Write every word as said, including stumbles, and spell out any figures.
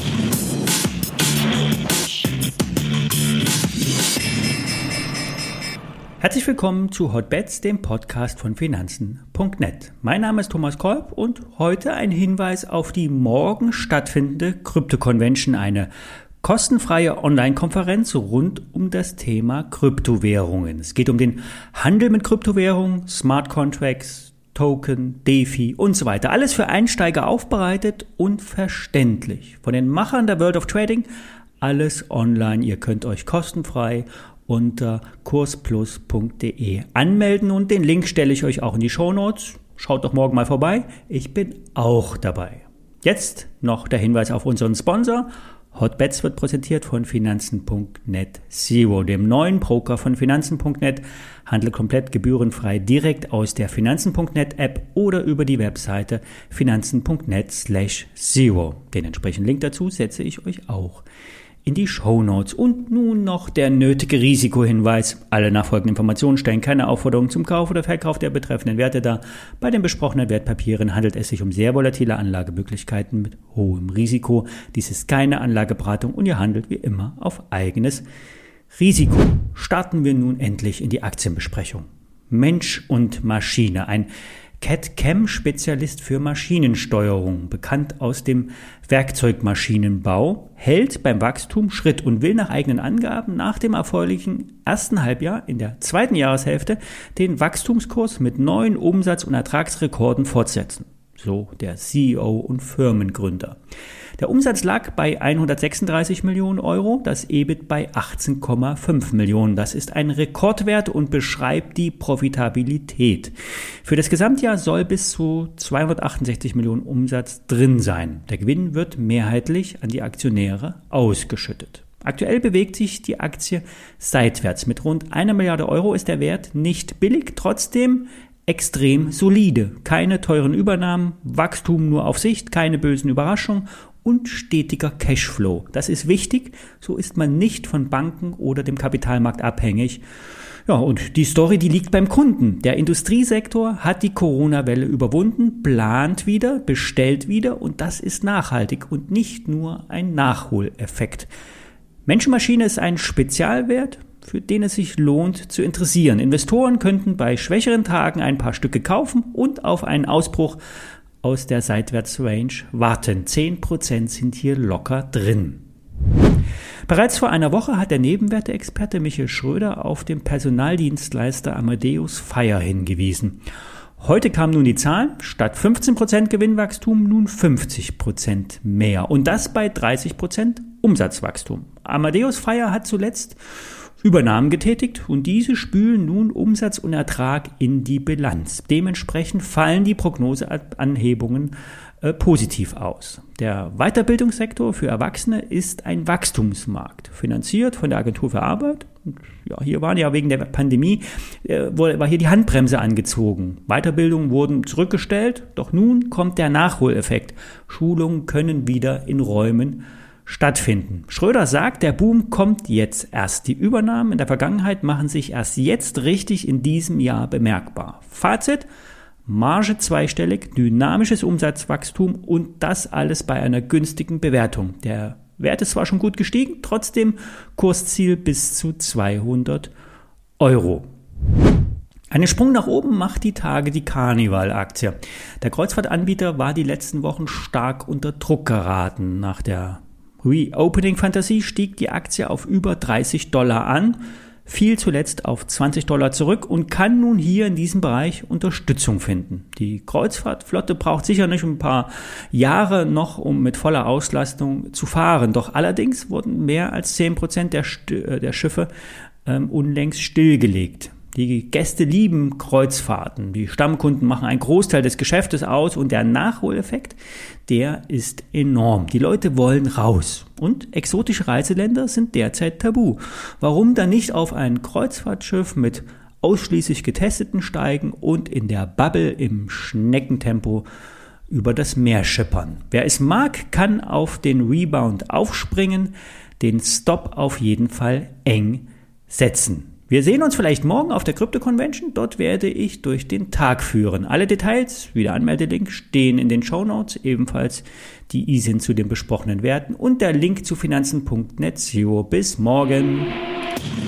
Herzlich willkommen zu Hotbets, dem Podcast von Finanzen punkt net. Mein Name ist Thomas Kolb und heute ein Hinweis auf die morgen stattfindende Krypto-Convention, eine kostenfreie Online-Konferenz rund um das Thema Kryptowährungen. Es geht um den Handel mit Kryptowährungen, Smart Contracts, Token, DeFi und so weiter. Alles für Einsteiger aufbereitet und verständlich. Von den Machern der World of Trading, alles online. Ihr könnt euch kostenfrei unter kursplus punkt de anmelden und den Link stelle ich euch auch in die Shownotes. Schaut doch morgen mal vorbei. Ich bin auch dabei. Jetzt noch der Hinweis auf unseren Sponsor. Hotbets wird präsentiert von Finanzen punkt net Zero, dem neuen Broker von Finanzen punkt net. Handle komplett gebührenfrei direkt aus der Finanzen punkt net App oder über die Webseite finanzen punkt net slash zero. Den entsprechenden Link dazu setze ich euch auch in die Shownotes. Und nun noch der nötige Risikohinweis. Alle nachfolgenden Informationen stellen keine Aufforderung zum Kauf oder Verkauf der betreffenden Werte dar. Bei den besprochenen Wertpapieren handelt es sich um sehr volatile Anlagemöglichkeiten mit hohem Risiko. Dies ist keine Anlageberatung und ihr handelt wie immer auf eigenes Risiko. Starten wir nun endlich in die Aktienbesprechung. Mensch und Maschine, ein C A D-C A M-Spezialist für Maschinensteuerung, bekannt aus dem Werkzeugmaschinenbau, hält beim Wachstum Schritt und will nach eigenen Angaben nach dem erfreulichen ersten Halbjahr in der zweiten Jahreshälfte den Wachstumskurs mit neuen Umsatz- und Ertragsrekorden fortsetzen. So der C E O und Firmengründer. Der Umsatz lag bei hundertsechsunddreißig Millionen Euro, das E B I T bei achtzehn Komma fünf Millionen. Das ist ein Rekordwert und beschreibt die Profitabilität. Für das Gesamtjahr soll bis zu zweihundertachtundsechzig Millionen Umsatz drin sein. Der Gewinn wird mehrheitlich an die Aktionäre ausgeschüttet. Aktuell bewegt sich die Aktie seitwärts. Mit rund einer Milliarde Euro ist der Wert nicht billig, trotzdem extrem solide. Keine teuren Übernahmen, Wachstum nur auf Sicht, keine bösen Überraschungen und stetiger Cashflow. Das ist wichtig, so ist man nicht von Banken oder dem Kapitalmarkt abhängig. Ja, und die Story, die liegt beim Kunden. Der Industriesektor hat die Corona-Welle überwunden, plant wieder, bestellt wieder und das ist nachhaltig und nicht nur ein Nachholeffekt. Menschenmaschine ist ein Spezialwert, für den es sich lohnt zu interessieren. Investoren könnten bei schwächeren Tagen ein paar Stücke kaufen und auf einen Ausbruch aus der Seitwärtsrange warten. zehn Prozent sind hier locker drin. Bereits vor einer Woche hat der Nebenwerteexperte Michael Schröder auf den Personaldienstleister Amadeus Fire hingewiesen. Heute kamen nun die Zahlen, statt fünfzehn Prozent Gewinnwachstum nun fünfzig Prozent mehr und das bei dreißig Prozent Umsatzwachstum. Amadeus Fire hat zuletzt Übernahmen getätigt und diese spülen nun Umsatz und Ertrag in die Bilanz. Dementsprechend fallen die Prognoseanhebungen äh, positiv aus. Der Weiterbildungssektor für Erwachsene ist ein Wachstumsmarkt, finanziert von der Agentur für Arbeit. Und ja, hier waren ja wegen der Pandemie, äh, war hier die Handbremse angezogen. Weiterbildungen wurden zurückgestellt, doch nun kommt der Nachholeffekt. Schulungen können wieder in Räumen stattfinden. Schröder sagt, der Boom kommt jetzt erst. Die Übernahmen in der Vergangenheit machen sich erst jetzt richtig in diesem Jahr bemerkbar. Fazit: Marge zweistellig, dynamisches Umsatzwachstum und das alles bei einer günstigen Bewertung. Der Wert ist zwar schon gut gestiegen, trotzdem Kursziel bis zu zweihundert Euro. Einen Sprung nach oben macht die Tage die Carnival-Aktie. Der Kreuzfahrtanbieter war die letzten Wochen stark unter Druck geraten. Nach der Reopening-Fantasie stieg die Aktie auf über dreißig Dollar an, fiel zuletzt auf zwanzig Dollar zurück und kann nun hier in diesem Bereich Unterstützung finden. Die Kreuzfahrtflotte braucht sicher nicht ein paar Jahre noch, um mit voller Auslastung zu fahren. Doch allerdings wurden mehr als zehn Prozent der, St- der Schiffe ähm, unlängst stillgelegt. Die Gäste lieben Kreuzfahrten. Die Stammkunden machen einen Großteil des Geschäftes aus und der Nachholeffekt, der ist enorm. Die Leute wollen raus und exotische Reiseländer sind derzeit tabu. Warum dann nicht auf ein Kreuzfahrtschiff mit ausschließlich Getesteten steigen und in der Bubble im Schneckentempo über das Meer schippern? Wer es mag, kann auf den Rebound aufspringen, den Stop auf jeden Fall eng setzen. Wir sehen uns vielleicht morgen auf der Krypto Convention. Dort werde ich durch den Tag führen. Alle Details, wie der Anmeldelink, stehen in den Shownotes. Ebenfalls die I S I N zu den besprochenen Werten und der Link zu finanzen punkt net. Bis morgen.